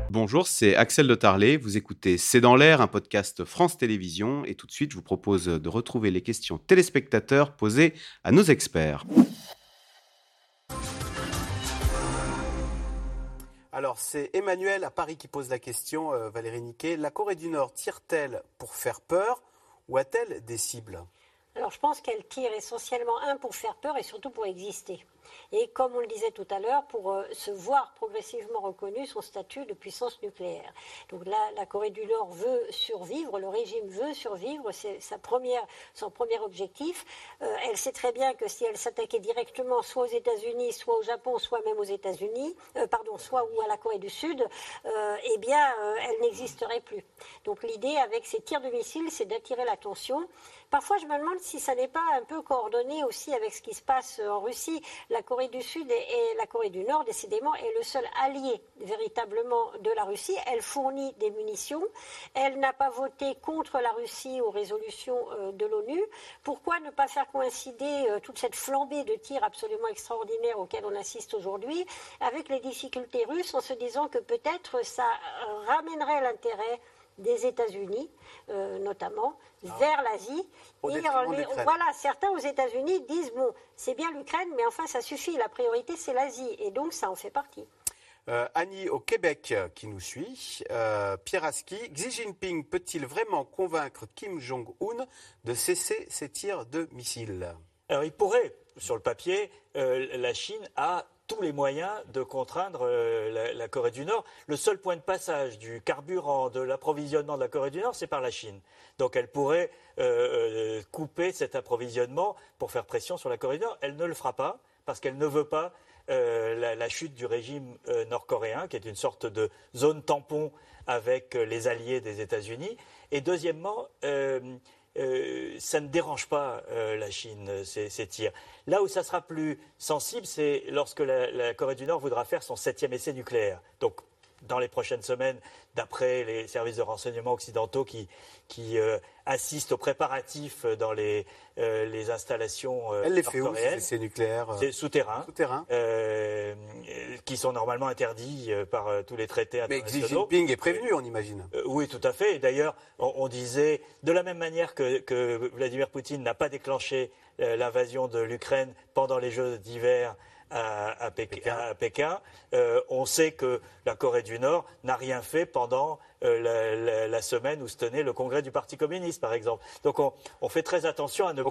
Bonjour, c'est Axel de Tarlet. Vous écoutez C'est dans l'air, un podcast France Télévisions. Et tout de suite, je vous propose de retrouver les questions téléspectateurs posées à nos experts. Alors, c'est Emmanuel à Paris qui pose la question, Valérie Niquet. La Corée du Nord tire-t-elle pour faire peur ou a-t-elle des cibles ? Alors je pense qu'elle tire essentiellement, pour faire peur et surtout pour exister. Et comme on le disait tout à l'heure, pour se voir progressivement reconnu son statut de puissance nucléaire. Donc là, la Corée du Nord veut survivre, le régime veut survivre, c'est son premier objectif. Elle sait très bien que si elle s'attaquait directement soit aux États-Unis, soit au Japon, soit même aux États-Unis, soit ou à la Corée du Sud, elle n'existerait plus. Donc l'idée avec ces tirs de missiles, c'est d'attirer l'attention. Parfois, je me demande si ça n'est pas un peu coordonné aussi avec ce qui se passe en Russie. La Corée du Sud et la Corée du Nord, décidément, est le seul allié véritablement de la Russie. Elle fournit des munitions. Elle n'a pas voté contre la Russie aux résolutions de l'ONU. Pourquoi ne pas faire coïncider toute cette flambée de tirs absolument extraordinaire auxquels on assiste aujourd'hui avec les difficultés russes en se disant que peut-être ça ramènerait l'intérêt des États-Unis, notamment, vers l'Asie. Certains aux États-Unis disent, bon, c'est bien l'Ukraine, mais enfin, ça suffit, la priorité, c'est l'Asie. Et donc, ça en fait partie. Annie au Québec qui nous suit. Pierre Aski, Xi Jinping peut-il vraiment convaincre Kim Jong-un de cesser ses tirs de missiles ? Alors, il pourrait, sur le papier, la Chine a tous les moyens de contraindre la Corée du Nord. Le seul point de passage du carburant, de l'approvisionnement de la Corée du Nord, c'est par la Chine. Donc elle pourrait couper cet approvisionnement pour faire pression sur la Corée du Nord. Elle ne le fera pas parce qu'elle ne veut pas la chute du régime nord-coréen, qui est une sorte de zone tampon avec les alliés des États-Unis. Et deuxièmement, ça ne dérange pas la Chine, ces tirs. Là où ça sera plus sensible, c'est lorsque la Corée du Nord voudra faire son 7e essai nucléaire. Donc, dans les prochaines semaines, d'après les services de renseignement occidentaux qui assistent aux préparatifs dans les installations Elle les fait où, nord-coréennes. ces essais nucléaires Souterrains. Qui sont normalement interdits par tous les traités internationaux. Mais Xi Jinping est prévenu, on imagine. Oui, tout à fait. Et d'ailleurs, on disait, de la même manière que Vladimir Poutine n'a pas déclenché l'invasion de l'Ukraine pendant les Jeux d'hiver à Pékin, on sait que la Corée du Nord n'a rien fait pendant la semaine où se tenait le congrès du Parti communiste, par exemple. Donc on fait très attention à ne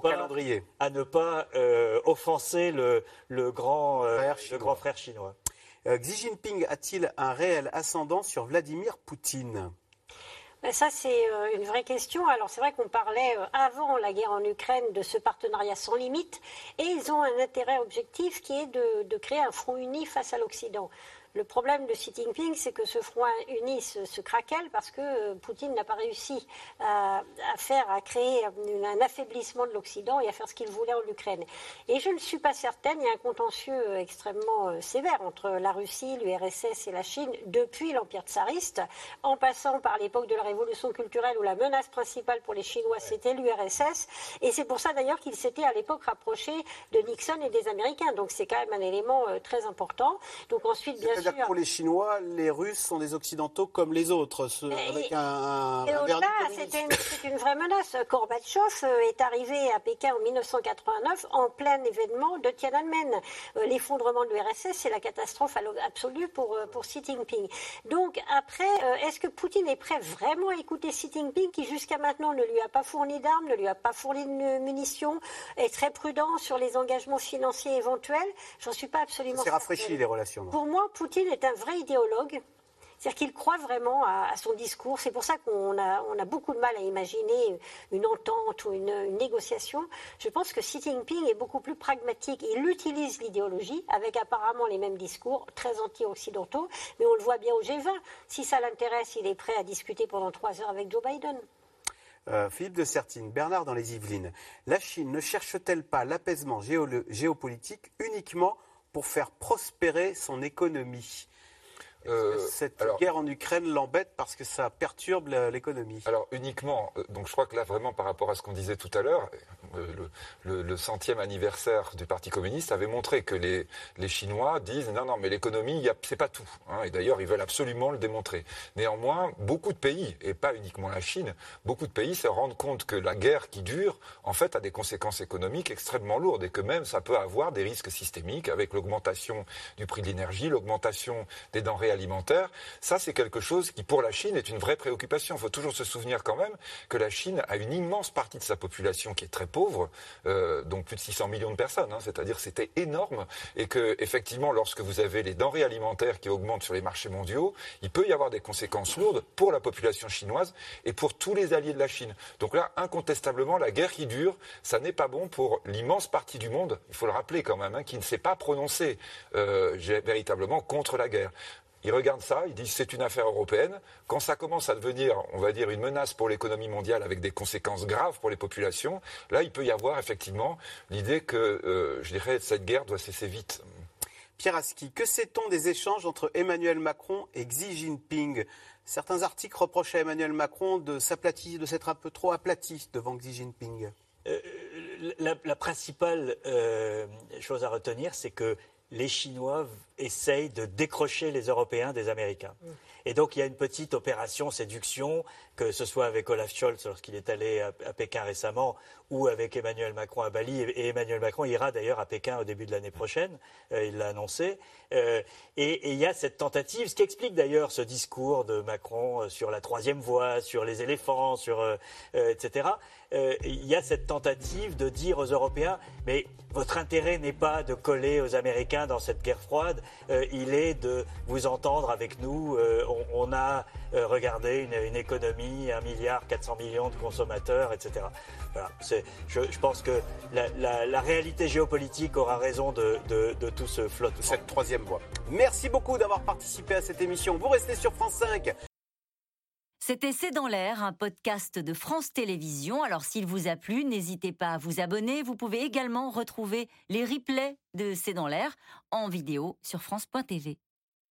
pas offenser le grand frère chinois. Xi Jinping a-t-il un réel ascendant sur Vladimir Poutine ? Ça, c'est une vraie question. Alors, c'est vrai qu'on parlait avant la guerre en Ukraine de ce partenariat sans limite, et ils ont un intérêt objectif qui est de créer un front uni face à l'Occident. Le problème de Xi Jinping, c'est que ce front uni se craquelle parce que Poutine n'a pas réussi à créer un affaiblissement de l'Occident et à faire ce qu'il voulait en Ukraine. Et je ne suis pas certaine, il y a un contentieux extrêmement sévère entre la Russie, l'URSS et la Chine depuis l'Empire tsariste, en passant par l'époque de la révolution culturelle où la menace principale pour les Chinois, c'était l'URSS. Et c'est pour ça d'ailleurs qu'ils s'étaient à l'époque rapprochés de Nixon et des Américains. Donc c'est quand même un élément très important. Donc ensuite, bien sûr, c'est-à-dire que pour les Chinois, les Russes sont des Occidentaux comme les autres, avec un au-delà, c'est une vraie menace. Gorbatchev est arrivé à Pékin en 1989 en plein événement de Tiananmen. L'effondrement de l'URSS, c'est la catastrophe absolue pour Xi Jinping. Donc après, est-ce que Poutine est prêt vraiment à écouter Xi Jinping qui jusqu'à maintenant ne lui a pas fourni d'armes, ne lui a pas fourni de munitions, est très prudent sur les engagements financiers éventuels? J'en suis pas absolument certaine. C'est rafraîchi les relations. Non. Pour moi, Poutine est un vrai idéologue. C'est-à-dire qu'il croit vraiment à son discours. C'est pour ça qu'on a beaucoup de mal à imaginer une entente ou une négociation. Je pense que Xi Jinping est beaucoup plus pragmatique. Il utilise l'idéologie avec apparemment les mêmes discours, très anti-occidentaux, mais on le voit bien au G20. Si ça l'intéresse, il est prêt à discuter pendant 3 heures avec Joe Biden. Philippe de Sertine, Bernard dans les Yvelines. La Chine ne cherche-t-elle pas l'apaisement géopolitique uniquement pour faire prospérer son économie ? Cette guerre en Ukraine l'embête parce que ça perturbe l'économie. Alors uniquement, donc je crois que là vraiment par rapport à ce qu'on disait tout à l'heure, le 100e anniversaire du Parti communiste avait montré que les Chinois disent non mais l'économie c'est pas tout, hein, et d'ailleurs ils veulent absolument le démontrer. Néanmoins, beaucoup de pays, et pas uniquement la Chine, beaucoup de pays se rendent compte que la guerre qui dure en fait a des conséquences économiques extrêmement lourdes et que même ça peut avoir des risques systémiques avec l'augmentation du prix de l'énergie, l'augmentation des denrées alimentaire, ça c'est quelque chose qui pour la Chine est une vraie préoccupation. Il faut toujours se souvenir quand même que la Chine a une immense partie de sa population qui est très pauvre, donc plus de 600 millions de personnes, hein, c'est-à-dire c'était énorme, et que effectivement lorsque vous avez les denrées alimentaires qui augmentent sur les marchés mondiaux, il peut y avoir des conséquences lourdes pour la population chinoise et pour tous les alliés de la Chine. Donc là, incontestablement, la guerre qui dure, ça n'est pas bon pour l'immense partie du monde, il faut le rappeler quand même, hein, qui ne s'est pas prononcé véritablement contre la guerre. Ils regardent ça, ils disent c'est une affaire européenne. Quand ça commence à devenir, on va dire, une menace pour l'économie mondiale avec des conséquences graves pour les populations, là, il peut y avoir effectivement l'idée que, je dirais, cette guerre doit cesser vite. Pierre Aski, que sait-on des échanges entre Emmanuel Macron et Xi Jinping ? Certains articles reprochent à Emmanuel Macron de s'être un peu trop aplati devant Xi Jinping. La principale chose à retenir, c'est que les Chinois essayent de décrocher les Européens des Américains. Et donc il y a une petite opération séduction, que ce soit avec Olaf Scholz lorsqu'il est allé à Pékin récemment, ou avec Emmanuel Macron à Bali. Et Emmanuel Macron ira d'ailleurs à Pékin au début de l'année prochaine, il l'a annoncé. Et il y a cette tentative, ce qui explique d'ailleurs ce discours de Macron sur la troisième voie, sur les éléphants, etc. Il y a cette tentative de dire aux Européens, mais votre intérêt n'est pas de coller aux Américains dans cette guerre froide, il est de vous entendre avec nous. On a regardé une économie, 1,4 milliard de consommateurs, etc. Voilà. Je pense que la réalité géopolitique aura raison de tout ce flottement. Cette troisième voie. Merci beaucoup d'avoir participé à cette émission. Vous restez sur France 5. C'était C'est dans l'air, un podcast de France Télévisions. Alors s'il vous a plu, n'hésitez pas à vous abonner. Vous pouvez également retrouver les replays de C'est dans l'air en vidéo sur France.tv.